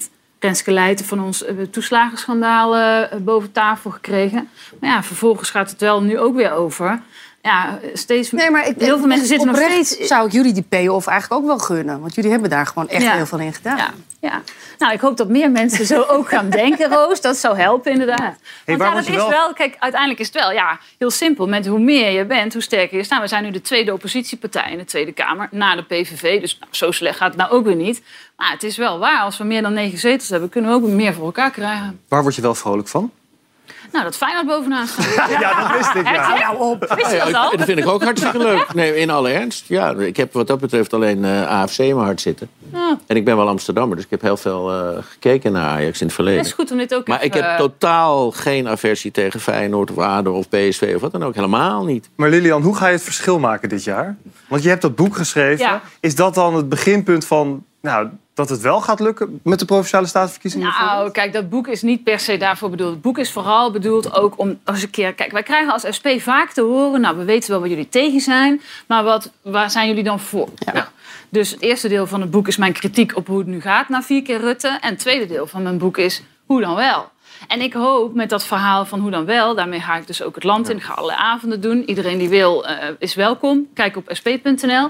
Renske Leijten van ons toeslagenschandaal boven tafel gekregen. Maar ja, vervolgens gaat het wel nu ook weer over. Ja, steeds heel veel mensen zitten nog steeds... Zou ik jullie die payoff eigenlijk ook wel gunnen? Want jullie hebben daar gewoon echt heel veel in gedaan. Ja. Nou, ik hoop dat meer mensen zo ook gaan denken, Roos. Dat zou helpen, inderdaad. Want dat is wel... Kijk, uiteindelijk is het wel heel simpel. Met hoe meer je bent, hoe sterker je staat. We zijn nu de tweede oppositiepartij in de Tweede Kamer. Na de PVV. Dus zo slecht gaat het nou ook weer niet. Maar het is wel waar. Als we meer dan 9 zetels hebben, kunnen we ook meer voor elkaar krijgen. Waar word je wel vrolijk van? Nou, dat Feyenoord bovenaan staat. Ja, dat wist ik. Ja. Wist je dat al? Dat vind ik ook hartstikke leuk. Nee, in alle ernst. Ja, ik heb wat dat betreft alleen AFC in mijn hart zitten. Ja. En ik ben wel Amsterdammer, dus ik heb heel veel gekeken naar Ajax in het verleden. Het is goed om dit ook maar ik heb totaal geen aversie tegen Feyenoord of ADO of PSV of wat dan ook. Helemaal niet. Maar Lilian, hoe ga je het verschil maken dit jaar? Want je hebt dat boek geschreven. Ja. Is dat dan het beginpunt van... dat het wel gaat lukken met de Provinciale Statenverkiezingen? Nou, kijk, dat boek is niet per se daarvoor bedoeld. Het boek is vooral bedoeld ook om als een keer... Kijk, wij krijgen als SP vaak te horen... Nou, we weten wel waar jullie tegen zijn, maar waar zijn jullie dan voor? Ja. Nou, dus het eerste deel van het boek is mijn kritiek op hoe het nu gaat na 4 keer Rutte. En het tweede deel van mijn boek is hoe dan wel. En ik hoop met dat verhaal van hoe dan wel... daarmee ga ik dus ook het land in. Ik ga allerlei avonden doen. Iedereen die wil is welkom. Kijk op sp.nl.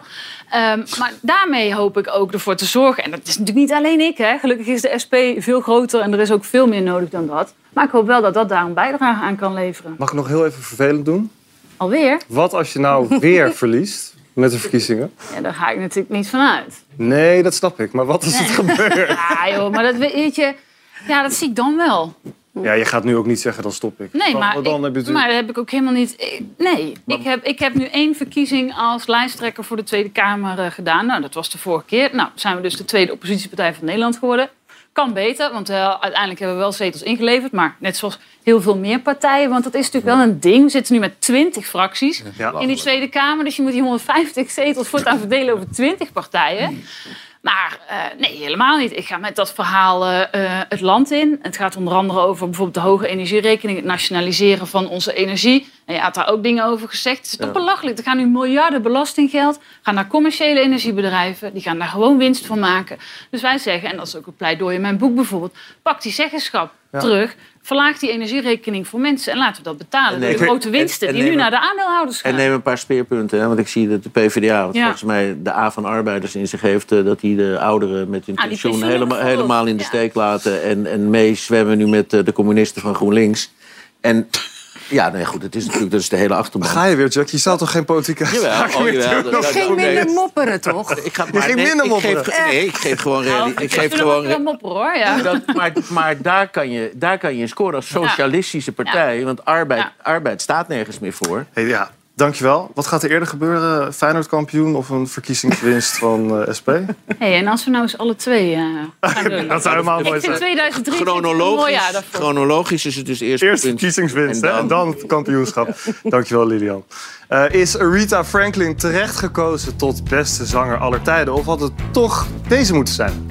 Maar daarmee hoop ik ook ervoor te zorgen... en dat is natuurlijk niet alleen ik. Hè. Gelukkig is de SP veel groter en er is ook veel meer nodig dan dat. Maar ik hoop wel dat dat daar een bijdrage aan kan leveren. Mag ik nog heel even vervelend doen? Alweer? Wat als je nou weer verliest met de verkiezingen? Ja, daar ga ik natuurlijk niet vanuit. Nee, dat snap ik. Maar wat als het gebeurt? Ja, joh, maar dat weet je... Ja, dat zie ik dan wel. Ja, je gaat nu ook niet zeggen, dan stop ik. Nee, maar dat heb ik ook helemaal niet... Nee, ik heb nu 1 verkiezing als lijsttrekker voor de Tweede Kamer gedaan. Nou, dat was de vorige keer. Nou, zijn we dus de tweede oppositiepartij van Nederland geworden. Kan beter, want uiteindelijk hebben we wel zetels ingeleverd. Maar net zoals heel veel meer partijen. Want dat is natuurlijk wel een ding. We zitten nu met 20 fracties in die Tweede Kamer. Dus je moet die 150 zetels voortaan verdelen over 20 partijen. Maar nee, helemaal niet. Ik ga met dat verhaal het land in. Het gaat onder andere over bijvoorbeeld de hoge energierekening... het nationaliseren van onze energie. En je had daar ook dingen over gezegd. Het is toch belachelijk. Er gaan nu miljarden belastinggeld... gaan naar commerciële energiebedrijven. Die gaan daar gewoon winst van maken. Dus wij zeggen, en dat is ook een pleidooi in mijn boek bijvoorbeeld... pak die zeggenschap terug... Verlaag die energierekening voor mensen en laten we dat betalen. Door de grote winsten die nu naar de aandeelhouders gaan. En neem een paar speerpunten. Hè? Want ik zie dat de PvdA, wat volgens mij de A van arbeiders in zich heeft... dat die de ouderen met hun pensioen helemaal in de steek laten... en meezwemmen nu met de communisten van GroenLinks. En... Ja, nee, goed, het is natuurlijk dat is de hele achterban. Ga je weer, Jack? Je zou toch geen politieke zaken meer doen? Je ging minder mopperen, toch? Je ging minder mopperen? Nee, ik geef gewoon... Ik geef gewoon mopperen, hoor, ja. Maar daar kan je scoren als socialistische partij. Ja. Want arbeid staat nergens meer voor. Hey, ja. Dankjewel. Wat gaat er eerder gebeuren? Feyenoord kampioen of een verkiezingswinst van SP? Hey, en als we nou eens alle twee gaan doen? Dat zou helemaal mooi zijn. Ik vind 2023 een mooi jaar daarvoor. Chronologisch is het dus eerst verkiezingswinst en dan het kampioenschap. Dankjewel, Lilian. Is Aretha Franklin terecht gekozen tot beste zanger aller tijden? Of had het toch deze moeten zijn?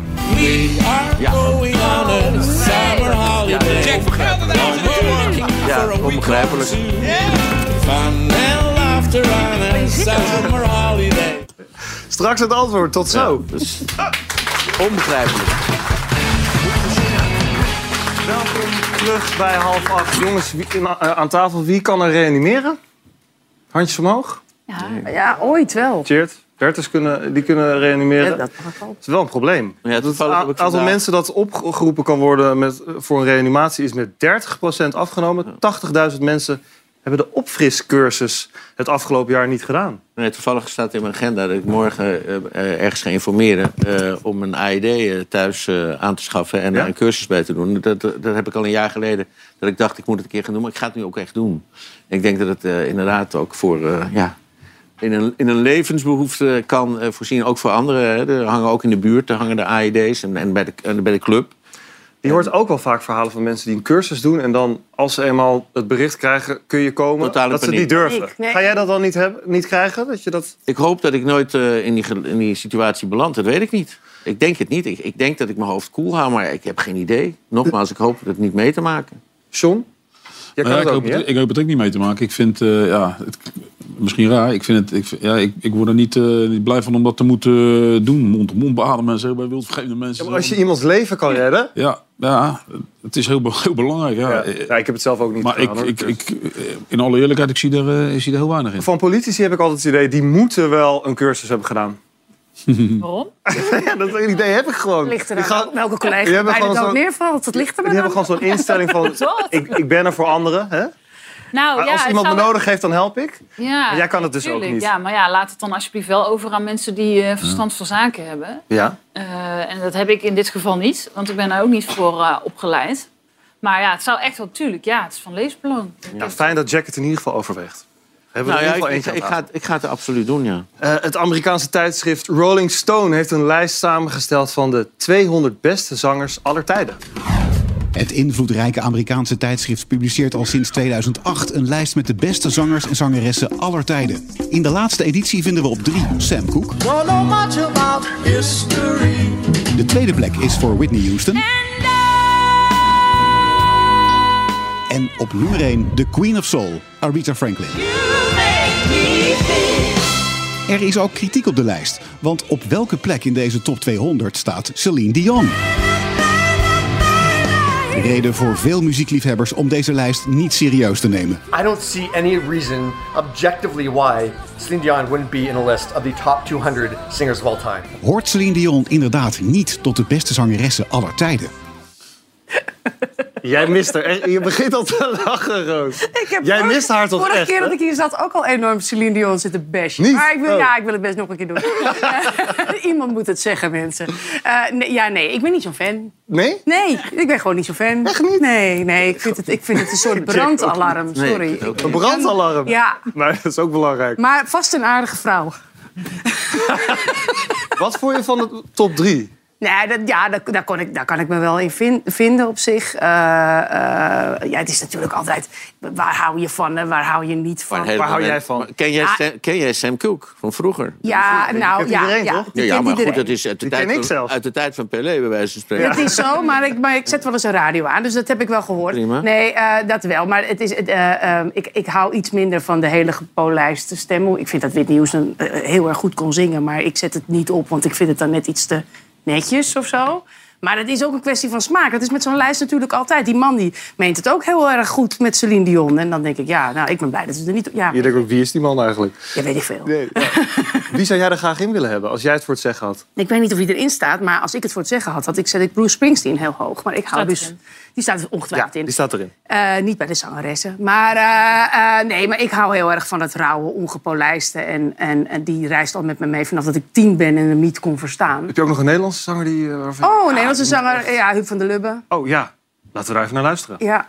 We are going on a summer holiday. Ja, onbegrijpelijk. Fun and laughter on a summer holiday. Straks het antwoord, tot zo. Ja, dus onbegrijpelijk. Welkom terug bij 7:30. Jongens, aan tafel, wie kan er reanimeren? Handjes omhoog? Ja, ooit wel. Cheert. Berters kunnen reanimeren. Ja, dat mag ook. is wel een probleem. Ja, het aantal mensen dat opgeroepen kan worden voor een reanimatie is met 30% afgenomen. 80.000 mensen hebben de opfriscursus het afgelopen jaar niet gedaan. Nee, toevallig staat in mijn agenda dat ik morgen ergens ga informeren om een AED thuis aan te schaffen en daar een cursus bij te doen. Dat heb ik al een jaar geleden dat ik dacht ik moet het een keer gaan doen, maar ik ga het nu ook echt doen. Ik denk dat het inderdaad ook voor in een levensbehoefte kan voorzien, ook voor anderen. Er hangen ook in de buurt, daar hangen de AED's en bij de club. Je hoort ook wel vaak verhalen van mensen die een cursus doen en dan, als ze eenmaal het bericht krijgen, kun je komen, totale dat ze het niet durven. Nee. Ga jij dat dan niet krijgen? Dat je dat... Ik hoop dat ik nooit in die situatie beland. Dat weet ik niet. Ik denk het niet. Ik denk dat ik mijn hoofd koel hou, maar ik heb geen idee. Nogmaals, ik hoop het niet mee te maken. John? Ik hoop het ook niet mee te maken. Ik vind, misschien raar. Ik word er niet blij van om dat te moeten doen. Mond-op-mond beademen en zo bij wildvreemde mensen. Ja, maar als je iemands leven kan redden... Ja, het is heel belangrijk. Ja. Ja, ik heb het zelf ook niet maar gedaan. In alle eerlijkheid, ik zie er heel weinig in. Van politici heb ik altijd het idee... die moeten wel een cursus hebben gedaan. Waarom? Ja, dat idee heb ik gewoon. Ligt er welke collega bij de dood neervalt. Dat ligt er Die hebben gewoon zo'n instelling van... ik ben er voor anderen, hè? Nou, maar als iemand me nodig heeft, dan help ik. Ja, maar jij kan het dus tuurlijk. ook niet. Ja, maar laat het dan alsjeblieft wel over aan mensen die verstand van zaken hebben. Ja. En dat heb ik in dit geval niet, want ik ben daar ook niet voor opgeleid. Maar het zou echt wel, tuurlijk, het is van levensbelang. Ja, fijn dat Jack het in ieder geval overweegt. Ik ga het absoluut doen, ja. Het Amerikaanse tijdschrift Rolling Stone heeft een lijst samengesteld van de 200 beste zangers aller tijden. Het invloedrijke Amerikaanse tijdschrift publiceert al sinds 2008 een lijst met de beste zangers en zangeressen aller tijden. In de laatste editie vinden we op 3 Sam Cooke. De tweede plek is voor Whitney Houston. En op nummer 1 de Queen of Soul, Aretha Franklin. Er is ook kritiek op de lijst, want op welke plek in deze top 200 staat Celine Dion? Reden voor veel muziekliefhebbers om deze lijst niet serieus te nemen. I don't see any reason objectively why Celine Dion wouldn't be in a list of the top 200 singers of all time. Hoort Celine Dion inderdaad niet tot de beste zangeressen aller tijden? Jij mist er. Je begint al te lachen, Roos. Jij mist haar toch echt? Vorige keer dat ik hier zat ook al enorm Celine Dion zitten bashen. Niet? Maar ik wil het best nog een keer doen. Iemand moet het zeggen, mensen. Nee, ik ben niet zo'n fan. Nee? Nee, ik ben gewoon niet zo'n fan. Echt niet? Nee, ik vind het een soort brandalarm. Sorry. Een brandalarm? Ja. Maar dat is ook belangrijk. Maar vast een aardige vrouw. Wat vond je van de top 3? Nee, daar kan ik me wel in vinden op zich. Het is natuurlijk altijd... Waar hou je van en waar hou je niet van? Waar hou jij van? Ken jij Sam Cooke van vroeger? Ja, nou... Iedereen, toch? Ja, maar goed, dat is uit de tijd van Pelé, bij wijze van spreken. Ja. Dat is zo, maar ik zet wel eens een radio aan. Dus dat heb ik wel gehoord. Prima. Nee, dat wel. Maar het is, ik hou iets minder van de hele gepolijste stem. Ik vind dat Whitney Houston heel erg goed kon zingen. Maar ik zet het niet op, want ik vind het dan net iets te netjes of zo. Maar het is ook een kwestie van smaak. Dat is met zo'n lijst natuurlijk altijd. Die man die meent het ook heel erg goed met Celine Dion. En dan denk ik, ik ben blij dat ze er niet... Ja. Je denkt ook, wie is die man eigenlijk? Ja, weet ik veel. Nee, ja. Wie zou jij er graag in willen hebben, als jij het voor het zeggen had? Ik weet niet of hij erin staat, maar als ik het voor het zeggen had ik Bruce Springsteen heel hoog. Maar ik hou dus... Die staat er ongetwijfeld in. Die staat erin. Niet bij de zangeressen. Maar maar ik hou heel erg van het rauwe, ongepolijste. En die reist al met me mee vanaf dat ik 10 ben en hem niet kon verstaan. Heb je ook nog een Nederlandse zanger die... een Nederlandse zanger. Ja, Huub van der Lubbe. Oh ja, laten we daar even naar luisteren. Ja.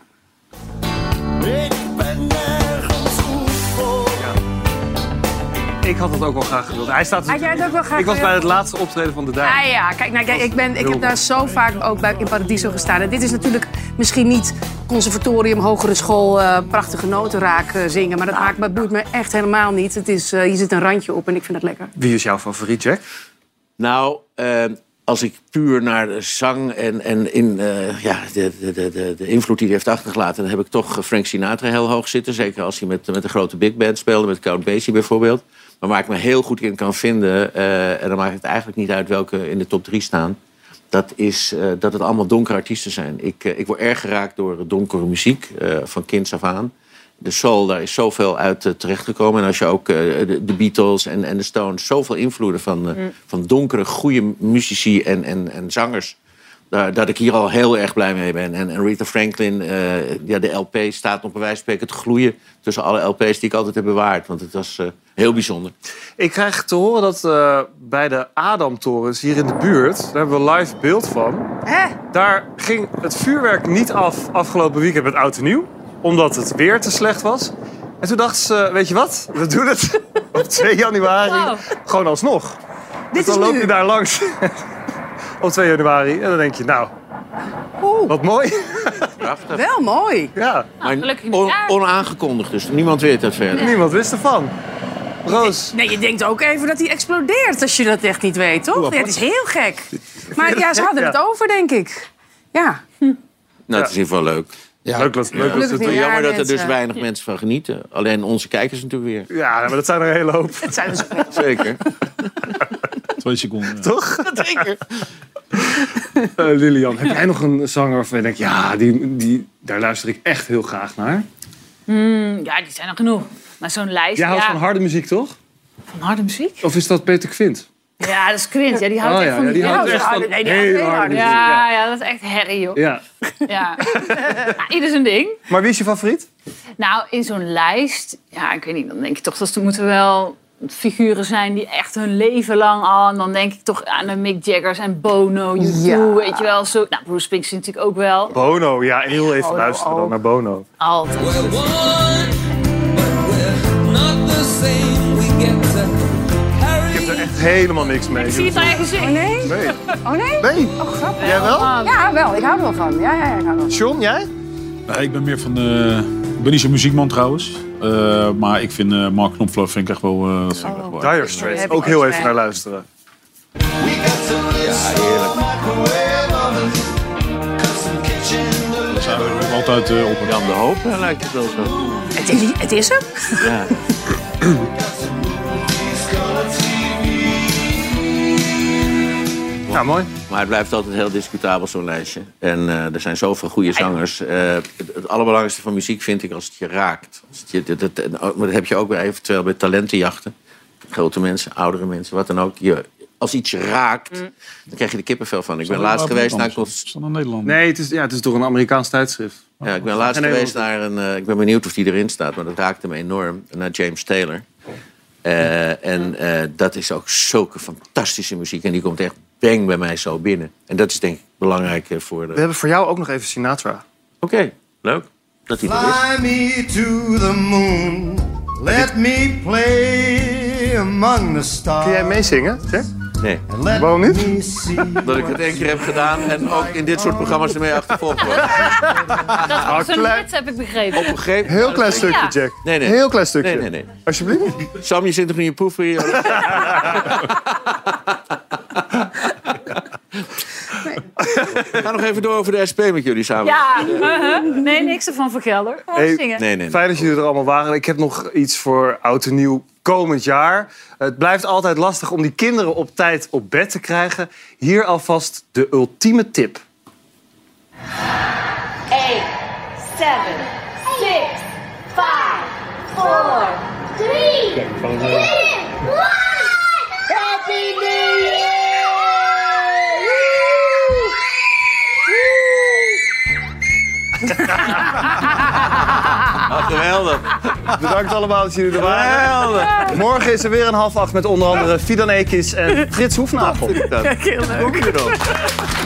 Ik had het ook wel graag gewild. Hij staat Had jij het ook wel graag ik was bij gewild? het laatste optreden van de Dijk. Ik heb daar zo vaak ook in Paradiso gestaan. En dit is natuurlijk misschien niet conservatorium, hogere school, prachtige noten raak zingen. Maar dat boeit me echt helemaal niet. Het is, hier zit een randje op en ik vind het lekker. Wie is jouw favoriet, Jack? Nou, als ik puur naar de zang en in de invloed die hij heeft achtergelaten... dan heb ik toch Frank Sinatra heel hoog zitten. Zeker als hij met de grote big band speelde, met Count Basie bijvoorbeeld. Maar waar ik me heel goed in kan vinden... en dan maakt het eigenlijk niet uit welke in de top 3 staan... dat is dat het allemaal donkere artiesten zijn. Ik word erg geraakt door donkere muziek, van kinds af aan. De soul, daar is zoveel uit terechtgekomen. En als je ook de Beatles en de Stones... zoveel invloeden van donkere, goede muzici en zangers... dat ik hier al heel erg blij mee ben. En Aretha Franklin, de LP staat op bij wijze van spreken te gloeien... tussen alle LP's die ik altijd heb bewaard. Want het was heel bijzonder. Ik krijg te horen dat bij de Adamtorens hier in de buurt... daar hebben we live beeld van. Daar ging het vuurwerk niet af afgelopen weekend met Oud en Nieuw... omdat het weer te slecht was. En toen dachten ze, weet je wat? We doen het op 2 januari gewoon alsnog. Dus dan loop je daar langs op 2 januari. En dan denk je, nou, wat mooi. Prachtig. Wel mooi. Ja. Maar onaangekondigd, dus niemand weet dat verder. Niemand wist ervan. Roos. Nee, je denkt ook even dat hij explodeert als je dat echt niet weet, toch? Ja, het is heel gek. Maar ja, ze hadden het over, denk ik. Ja. Nou, het is in ieder geval leuk. Ja. Leuk dat het jammer dat er dus weinig mensen van genieten. Alleen onze kijkers natuurlijk weer. Ja, maar dat zijn er een hele hoop. Het zijn er Zeker. 2 seconden. Ja. Toch? Zeker. Lilian, heb jij nog een zanger waarvan je denkt... ja, daar luister ik echt heel graag naar? Ja, die zijn er genoeg. Maar zo'n lijst... Jij houdt van harde muziek, toch? Van harde muziek? Of is dat Peter Quint? Ja, dat is Quint. Ja, die houdt echt van... die houdt echt van heel harde muziek. Ja, dat is echt herrie, joh. Ja. Ja. Ieder zijn ding. Maar wie is je favoriet? Nou, in zo'n lijst... Ja, ik weet niet. Dan denk je toch dat er moeten wel figuren zijn die echt hun leven lang al... En dan denk ik toch aan de Mick Jaggers en Bono, U2, weet je wel. Zo. Nou, Bruce Springsteen natuurlijk ook wel. Bono, ja. Heel even luisteren dan naar Bono. Altijd. Ik heb er echt helemaal niks mee. Ik zie het aan je gezicht. Oh nee? Oh nee? Nee. Oh, grappig. Jij wel? Ja, wel. Ik hou er wel van. Ja, ik hou er wel van. John, jij? Nee, ik ben meer van ik ben niet zo'n muziekman trouwens. Maar ik vind Mark Knopfler vind ik echt wel... dat vind ik echt wel Dire Straits. Ook heel even naar luisteren. Ja, heerlijk. Daar zijn we altijd op. Jan de Hoop lijkt het wel zo. Het is hem. Ja. Ja, mooi. Maar het blijft altijd heel discutabel, zo'n lijstje. En er zijn zoveel goede zangers. Het allerbelangrijkste van muziek vind ik als het je raakt. Maar dat heb je ook weer eventueel bij talentenjachten. Grote mensen, oudere mensen, wat dan ook. Als iets je raakt, dan krijg je er kippenvel van. Ik ben laatst geweest naar... Is dat een Nederlander? Nee, het is door een Amerikaans tijdschrift. Ja, ik ben laatst geweest naar een... ik ben benieuwd of die erin staat, maar dat raakte me enorm. Naar James Taylor. Dat is ook zulke fantastische muziek. En die komt echt bang bij mij zo binnen. En dat is denk ik belangrijk voor de... We hebben voor jou ook nog even Sinatra. Oké, leuk. Dat hij er is. Fly me to the moon. Let me play among the stars. Kun jij meezingen, Jack? Nee. Waarom niet? Dat ik het 1 keer heb gedaan en ook in dit soort programma's ermee achtervolgd word. Dat was een hit, heb ik begrepen. Op een gegeven moment... Heel klein stukje, Jack. Nee. Heel klein stukje. Nee. Alsjeblieft. Sam, je zit nog in je proef hier. Ga nog even door over de SP met jullie samen. Ja, nee, niks ervan voor Gelder. Gewoon zingen. Nee. Fijn dat jullie er allemaal waren. Ik heb nog iets voor oud en nieuw komend jaar. Het blijft altijd lastig om die kinderen op tijd op bed te krijgen. Hier alvast de ultieme tip. 8, 7, 6, 5, 4, 3, 2, 1. Happy New Year! Geweldig. Bedankt allemaal dat jullie er waren. Geweldig. Morgen is er weer een 7:30 met onder andere Fidan Ekis en Frits Hoefnagel. Heel leuk.